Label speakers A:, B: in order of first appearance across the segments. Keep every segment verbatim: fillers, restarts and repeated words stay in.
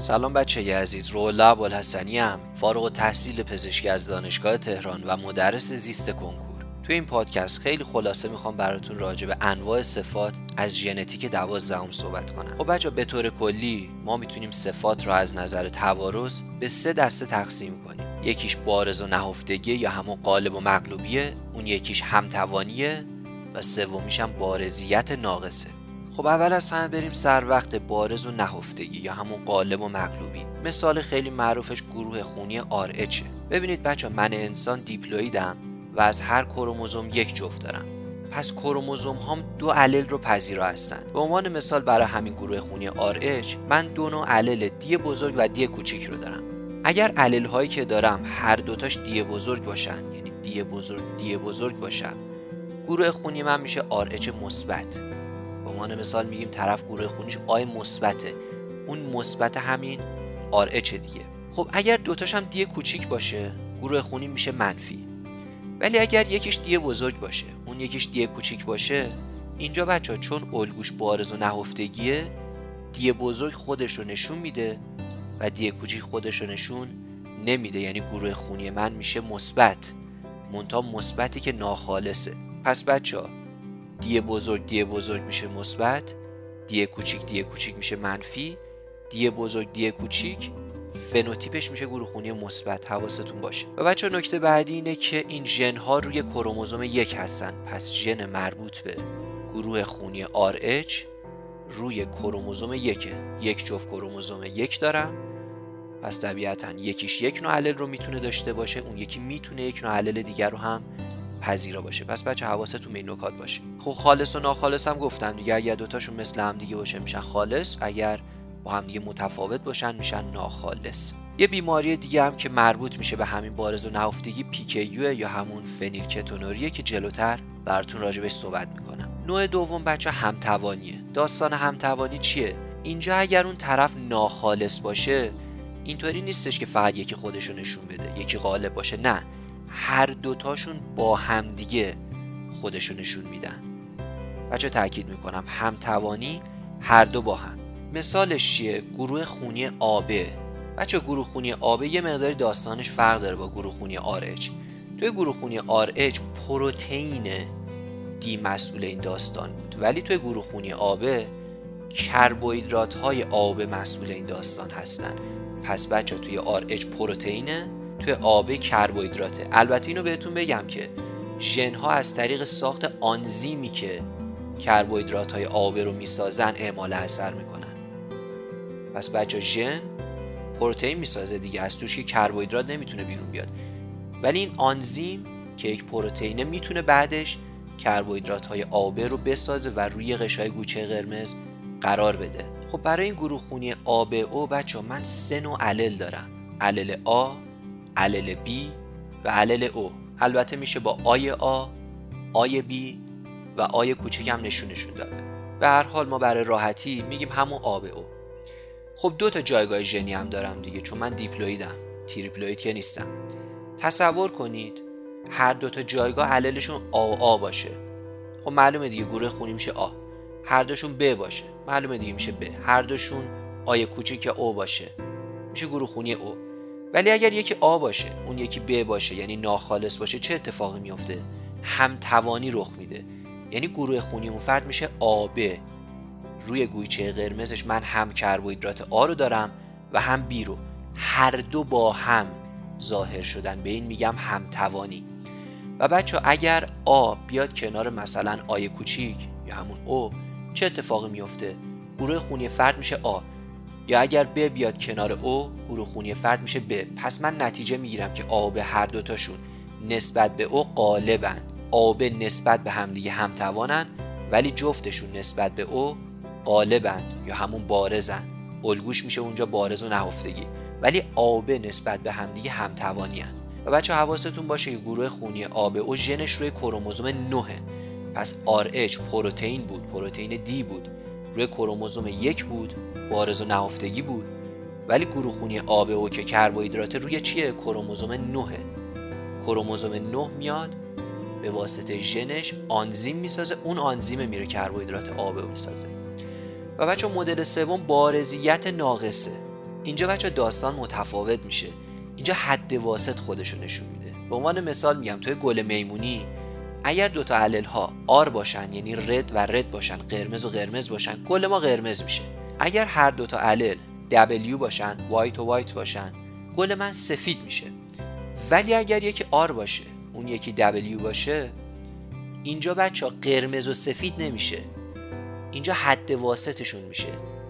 A: سلام بچه عزیز، روح‌الله ابوالحسنی ام، فارغ التحصیل پزشکی از دانشگاه تهران و مدرس زیست کنکور. توی این پادکست خیلی خلاصه میخوام براتون راجع به انواع صفات از ژنتیک دوازدهم صحبت کنم. خب بچه به طور کلی ما میتونیم صفات رو از نظر توارث به سه دسته تقسیم کنیم. یکیش بارز و نهفتگی یا همون غالب و مغلوبیه، اون یکیش همتوانیه و سومیش هم بارزیت ناقصه. خب اول از همه بریم سر وقت بارز و نهفتگی یا همون غالب و مغلوبی. مثال خیلی معروفش گروه خونی آر اچه. ببینید بچه من انسان دیپلویدم و از هر کروموزوم یک جفت دارم. پس کروموزوم هم دو علل رو پذیرا هستن. به عنوان مثال برای همین گروه خونی آر اچ من دو نوع علل دی بزرگ و دی کوچیک رو دارم. اگر علل هایی که دارم هر دوتاش دی بزرگ باشن، یعنی دی بزرگ دی بزرگ باشن، گروه خونی من میشه آر اچ مثبت. به عنوان مثال میگیم طرف گروه خونیش آی مثبته، اون مثبت همین آر اچ دیگه. خب اگر دوتاش هم دی کوچیک باشه گروه خونی میشه منفی. ولی اگر یکیش دی بزرگ باشه اون یکیش دی کوچیک باشه، اینجا بچه ها چون الگوش بارز و نهفتگیه دی بزرگ خودش رو نشون میده و دی کوچیک خودش رو نشون نمیده، یعنی گروه خونی من میشه مثبت، منتها مثبتی که ناخالصه. پس بچه ها دی بزرگ دی بزرگ میشه مثبت، دی کوچیک دی کوچیک میشه منفی، دی بزرگ دی کوچیک فنوتیپش میشه گروه خونی مثبت. حواستون باشه. و بچه نکته بعدی اینه که این ژن ها روی کروموزوم یک هستن. پس ژن مربوط به گروه خونی آر اچ روی کروموزوم یکه. یک جفت کروموزوم یک دارم، پس طبیعتا یکیش یک نوع علل رو میتونه داشته باشه، اون یکی میتونه یک نوع علل دیگر رو هم پذیرا باشه. پس بچه حواستون به این نکات باشه. خب خالص و ناخالص هم گفتم دیگه، اگر دوتاشون مثل هم دیگه باشه میشن خالص، اگر با هم دیگه متفاوت باشن میشن ناخالص. یه بیماری دیگه هم که مربوط میشه به همین بارز و نهفتگی پی‌کی یا همون فنیلکتونوریه که جلوتر براتون راجبش صحبت میکنم. نوع دوم بچه همتوانیه. داستان همتوانی چیه؟ اینجا اگر اون طرف ناخالص باشه اینطوری نیستش که فقط یکی خودشو نشون بده یکی غالب باشه، نه، هر دوتاشون با هم دیگه خودشو نشون میدن. بچه تأکید میکنم همتوانی هر دو با هم. مثالش چیه؟ گروه خونی آبه. بچه گروه خونی آبه یه مقداری داستانش فرق داره با گروه خونی آر اچ. توی گروه خونی آر اچ پروتئین دی مسئول این داستان بود، ولی توی گروه خونی آبه کربوهیدرات های آبه مسئول این داستان هستن. پس بچه توی آر اچ پروتئینه، توی آبه کربوهیدراته. البته اینو بهتون بگم که ژن ها از طریق ساخت آنزیمی که کربوهیدرات های آبه رو میسازن اعمال اثر میکنن. پس بچه ژن پروتئین میسازه دیگه، از توش که کربوهیدرات نمیتونه بیرون بیاد، ولی این آنزیم که یک پروتئینه میتونه بعدش کربوهیدرات های آبه رو بسازه و روی غشای گوچه قرمز قرار بده. خب برای این گروه خونی آ به او بچه من سه نوع علل دارم: علل آ، علل بی و علل او. البته میشه با آی آ، آی بی و آی کوچیک هم نشونشون داد. به هر حال ما برای راحتی میگیم همون آ به او. خب دو تا جایگاه ژنی هم دارم دیگه، چون من دیپلویدم، تریپلوید که نیستم. تصور کنید هر دو تا جایگاه عللشون آ و آ باشه. خب معلومه دیگه گروه خونی میشه آ. هر دوشون ب باشه، معلومه دیگه میشه ب. هر دوشون آی کوچیک او باشه، میشه گروه خونی او. ولی اگر یکی آ باشه اون یکی ب باشه، یعنی ناخالص باشه، چه اتفاقی میفته؟ همتوانی رخ میده. یعنی گروه خونی اون فرد میشه آ ب. روی گویچه قرمزش من هم کربوهیدرات آ رو دارم و هم بی رو، هر دو با هم ظاهر شدن، به این میگم همتوانی. و بچه اگر آ بیاد کنار مثلا آی کوچیک یا همون او، چه اتفاقی میفته؟ گروه خونی فرد میشه آ. یا اگر ب بیاد کنار او، گروه خونی فرد میشه ب. پس من نتیجه میگیرم که آ به هر دوتاشون نسبت به او غالبن. آ به نسبت به همدیگه همتوانن، ولی جفتشون نسبت به او غالبن یا همون بارزن. الگوش میشه اونجا بارز و نهفتگی، ولی آ به نسبت به همدیگه همتوانی‌ان. و بچه حواستون باشه که گروه خونی آ به او ژنش روی کروموزوم نه. پس آر اچ پروتئین بود، پروتئین دی بود، روی کروموزوم یک بود، بارز و نهفتگی بود. ولی گروه خونی آ به او که کربوهیدرات روی چیه؟ کروموزوم نه. کروموزوم نه میاد به واسطه ژنش آنزیم میسازه، اون آنزیم میره کربوهیدرات آ به او میسازه. و بچه مدل سوم بارزیت ناقصه. اینجا بچه داستان متفاوت میشه. اینجا حد واسط خودشو نشون میده. به عنوان مثال میگم توی گل میمونی اگر دوتا علل ها آر باشن، یعنی رد و رد باشن، قرمز و قرمز باشن، گل ما قرمز میشه. اگر هر دوتا علل دبلیو باشن، وایت و وایت باشن، گل من سفید میشه. ولی اگر یکی آر باشه اون یکی دبلیو باشه، اینجا بچه ها قرمز و سفید نمیشه، اینجا حد واسطشون میشه،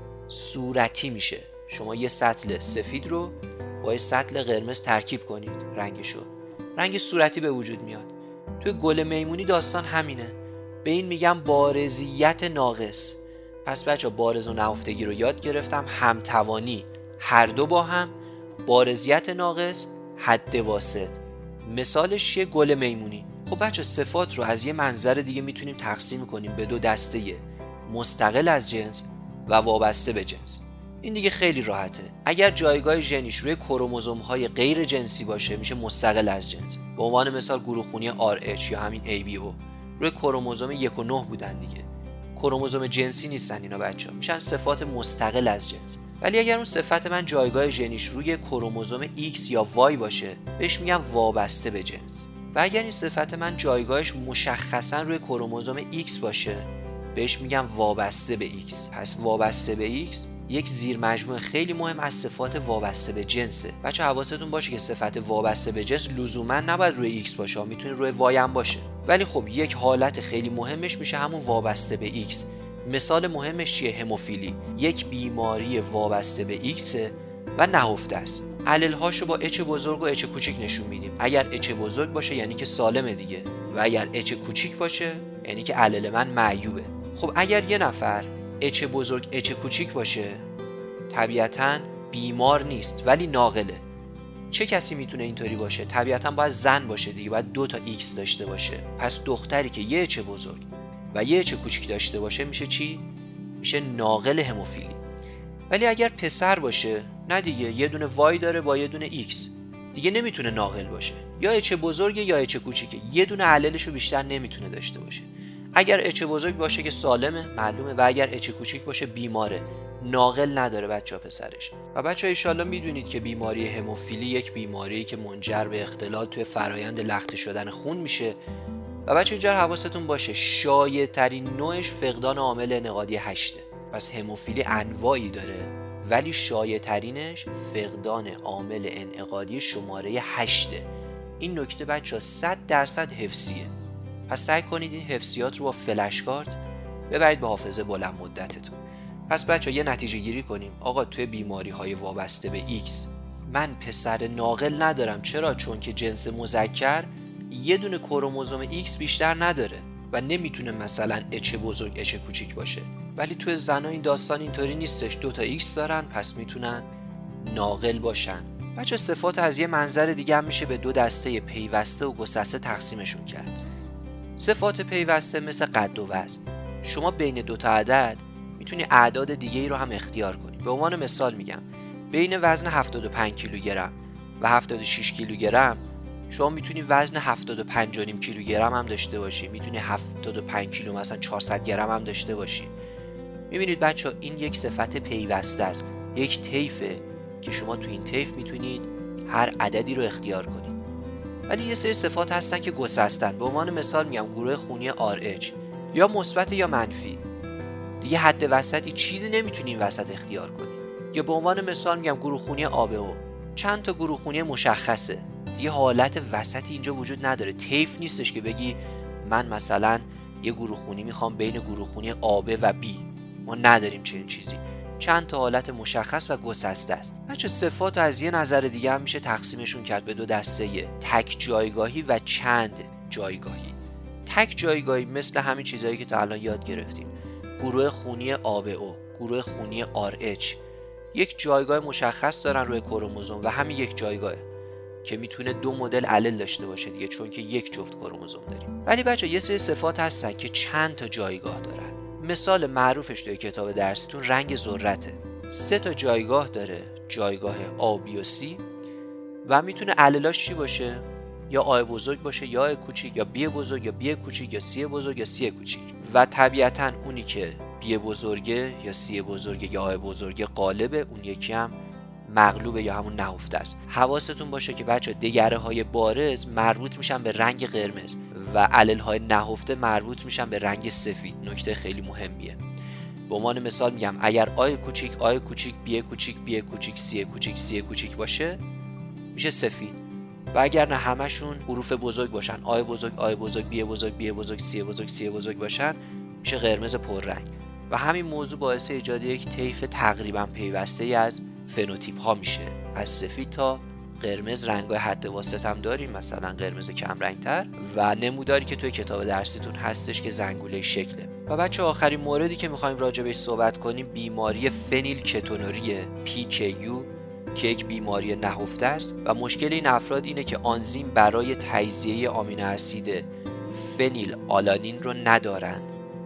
A: صورتی میشه. شما یه سطل سفید رو با یه سطل قرمز ترکیب کنید، رنگشو، رنگ صورتی به وجود میاد. توی گل میمونی داستان همینه، به این میگم بارزیت ناقص. پس بچه بارز و نهفتگی رو یاد گرفتم، همتوانی، هر دو با هم، بارزیت ناقص، حد واسط. مثالش یه گل میمونی. خب بچه صفات رو از یه منظر دیگه میتونیم تقسیم کنیم به دو دسته، مستقل از جنس و وابسته به جنس. این دیگه خیلی راحته. اگر جایگاه ژنیش روی کروموزوم‌های غیر جنسی باشه میشه مستقل از جنس. به عنوان مثال گروه خونی آر اچ یا همین ای بی او روی کروموزوم یک و نه بودن دیگه. کروموزوم جنسی نیستن اینا بچه‌ها، میشن صفات مستقل از جنس. ولی اگر اون صفت من جایگاه ژنیش روی کروموزوم ایکس یا وای باشه بهش میگم وابسته به جنس. و اگر این صفت من جایگاهش مشخصا روی کروموزوم ایکس باشه بهش میگم وابسته به ایکس. پس وابسته به ایکس یک زیر مجموعه خیلی مهم از صفات وابسته به جنسه. بچه حواستون باشه که صفت وابسته به جنس لزوما نباید روی ایکس باشه، میتونه روی وای هم باشه. ولی خب یک حالت خیلی مهمش میشه همون وابسته به ایکس. مثال مهمش چیه؟ هموفیلی، یک بیماری وابسته به ایکس و نهفته است. علل هاشو با اچ بزرگ و اچ کوچیک نشون میدیم. اگر اچ بزرگ باشه یعنی که سالمه دیگه، و اگر اچ کوچیک باشه یعنی که علل من معیوبه. خب اگر یه نفر اچ بزرگ اچ کوچیک باشه طبیعتاً بیمار نیست ولی ناقله. چه کسی میتونه اینطوری باشه؟ طبیعتاً باید زن باشه دیگه، باید دو تا ایکس داشته باشه. پس دختری که یه اچ بزرگ و یه اچ کوچیک داشته باشه میشه چی؟ میشه ناقل هموفیلی. ولی اگر پسر باشه نه دیگه، یه دونه وای داره با یه دونه ایکس، دیگه نمیتونه ناقل باشه. یا اچ بزرگه یا اچ کوچیکه، یه دونه عللشو بیشتر نمیتونه داشته باشه. اگر اچ بزرگ باشه که سالمه معلومه، و اگر اچ کوچیک باشه بیماره، ناقل نداره بچه‌ها پسرش. و بچه‌ها ان شاءالله میدونید که بیماری هموفیلی یک بیماریه که منجر به اختلال توی فرایند لخته شدن خون میشه. و بچه‌ها اینجا حواستون باشه شایع ترین نوعش فقدان عامل انعقادی هشته. پس هموفیلی انواعی داره ولی شایع ترینش فقدان عامل انعقادی شماره هشته. این نکته بچه‌ها صد درصد حفظیه. پس سعی کنید این حفظیات رو با فلش کارت ببرید به حافظه بلند مدتتون. پس بچه‌ها یه نتیجه گیری کنیم. آقا توی بیماری های وابسته به ایکس من پسر ناقل ندارم. چرا؟ چون که جنس مذکر یه دونه کروموزوم ایکس بیشتر نداره و نمیتونه مثلا اچ بزرگ اچ کوچیک باشه. ولی توی زنا این داستان اینطوری نیستش، دوتا ایکس دارن پس میتونن ناقل باشن. بچه صفات از یه منظر دیگه هم میشه به دو دسته پیوسته و گسسته تقسیمشون کرد. صفات پیوسته مثل قد و وزن، شما بین دوتا عدد میتونی اعداد دیگه ای رو هم اختیار کنی. به عنوان مثال میگم بین وزن هفتاد و پنج کیلوگرم و هفتاد و شش کیلوگرم شما میتونی وزن هفتاد و پنج و نیم کیلوگرم هم داشته باشی، میتونی هفتاد و پنج کیلو مثلا چهارصد گرم هم داشته باشی. میبینید بچه این یک صفت پیوسته است، یک طیفه که شما تو این طیف میتونید هر عددی رو اختیار کنید. ولی یه سری صفات هستن که گسستن. به عنوان مثال میگم گروه خونی آر اچ یا مثبت یا منفی، دیگه حد وسطی چیزی نمیتونی این وسط اختیار کنی. یا به عنوان مثال میگم گروه خونی آ به او، چند تا گروه خونی مشخصه، دیگه حالت وسطی اینجا وجود نداره. طیف نیستش که بگی من مثلا یه گروه خونی میخوام بین گروه خونی آ ب و بی، ما نداریم چنین چیزی. چند تا حالت مشخص و گسسته است. بچه صفات از یه نظر دیگه هم میشه تقسیمشون کرد به دو دسته، تک جایگاهی و چند جایگاهی. تک جایگاهی مثل همین چیزایی که تا الان یاد گرفتیم، گروه خونی آ به او، گروه خونی آر اچ، یک جایگاه مشخص دارن روی کروموزوم و همین یک جایگاه که میتونه دو مدل علل داشته باشه دیگه، چون که یک جفت کروموزوم داریم. ولی بچه یه سری صفات هستن که چند تا جایگاه دارن. مثال معروفش توی کتاب درسیتون رنگ ذرته. سه تا جایگاه داره، جایگاه آ بی و سی، و میتونه عللاش چی باشه؟ یا آ بزرگ باشه یا آ کوچیک، یا بی بزرگ یا بی کوچیک، یا سی بزرگ یا سی کوچیک. و طبیعتاً اونی که بی بزرگه یا سی بزرگه یا آ بزرگه غالبه، اون یکی هم مغلوبه یا همون نهفته است. حواستون باشه که بچه دگره های بارز مربوط میشن به رنگ قرمز و علل های نهفته مربوط میشن به رنگ سفید. نکته خیلی مهمیه. به عنوان مثال میگم اگر آی کوچیک آی کوچیک بی کوچیک بی کوچیک سی کوچیک سی کوچیک باشه میشه سفید، و اگر نه همشون حروف بزرگ باشن، آی بزرگ آی بزرگ بی بزرگ بی بزرگ سی بزرگ سی بزرگ باشن میشه قرمز پررنگ. و همین موضوع باعث ایجاد یک طیف تقریبا پیوسته از فنوتیپ ها میشه. از سفید تا قرمز رنگ‌های حد واسط هم داریم، مثلا قرمز کم رنگ‌تر و نموداری که توی کتاب درسیتون هستش که زنگوله شکله. و بچه آخرین موردی که می‌خوایم راجع بهش صحبت کنیم بیماری فنیل کتونوری پی کی یو که یک بیماری نهفته است و مشکل این افراد اینه که آنزیم برای تجزیه آمینو اسید فنیل آلانین رو ندارن.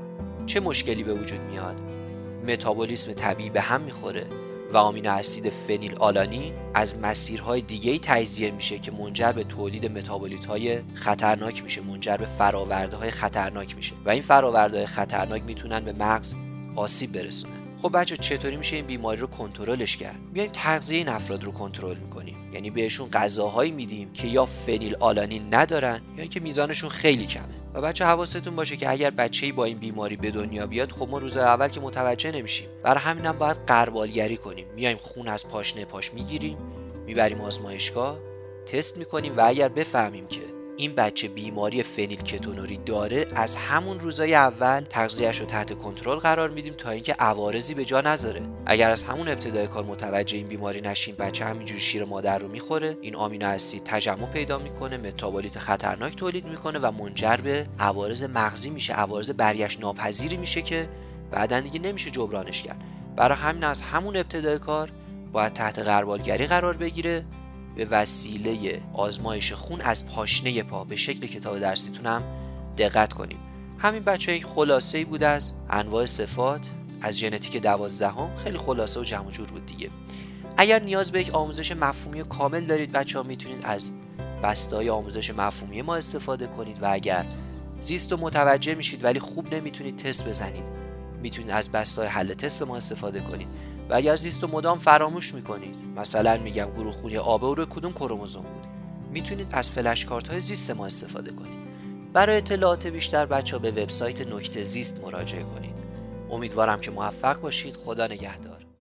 A: چه مشکلی به وجود میاد؟ متابولیسم طبیعی به هم میخوره و آمینو اسید فنیل آلانین از مسیرهای دیگه‌ای تجزیه میشه که منجر به تولید متابولیت‌های خطرناک میشه، منجر به فرآورده‌های خطرناک میشه و این فرآورده‌های خطرناک میتونن به مغز آسیب برسونن. خب بچه چطوری میشه این بیماری رو کنترلش کرد؟ میایم تغذیه این افراد رو کنترل میکنیم، یعنی بهشون غذاهایی میدیم که یا فنیل آلانین ندارن یا اینکه میزانشون خیلی کمه. و بچه حواستون باشه که اگر بچه‌ای با این بیماری به دنیا بیاد، خب ما روز اول که متوجه نمیشیم، برای همین هم باید غربالگری کنیم. میایم خون از پاشنه پاش میگیریم، میبریم آزمایشگاه، تست میکنیم و اگر بفهمیم که این بچه بیماری فنیل کتونوری داره، از همون روزای اول تغذیه‌اش رو تحت کنترل قرار میدیم تا اینکه عوارضی به جا نذاره. اگر از همون ابتدای کار متوجه این بیماری نشیم، بچه همینجوری شیر مادر رو میخوره، این آمینو اسید تجمع پیدا میکنه، متابولیت خطرناک تولید میکنه و منجر به عوارض مغزی میشه، عوارض برگشت ناپذیری میشه که بعداً دیگه نمیشه جبرانش کرد. برای همین از همون ابتدای کار باید تحت غربالگری قرار بگیره به وسیله آزمایش خون از پاشنه پا. به شکل کتاب درسیتون هم دقت کنیم. همین بچه یک خلاصه‌ای بود از انواع صفات از ژنتیک دوازدهم. خیلی خلاصه و جمع و جور بود دیگه. اگر نیاز به یک آموزش مفهومی کامل دارید بچه‌ها، میتونید از بسته‌های آموزش مفهومی ما استفاده کنید و اگر زیست رو متوجه میشید ولی خوب نمیتونید تست بزنید، میتونید از بسته‌های حل تست ما استفاده کنید. و اگر زیست رو مدام فراموش میکنید، مثلا میگم گروه خونی آب او رو کدوم کروموزوم بود، میتونید از فلش کارت های زیست ما استفاده کنید. برای اطلاعات بیشتر بچه‌ها به وبسایت نکته زیست مراجعه کنید. امیدوارم که موفق باشید. خدا نگهدار.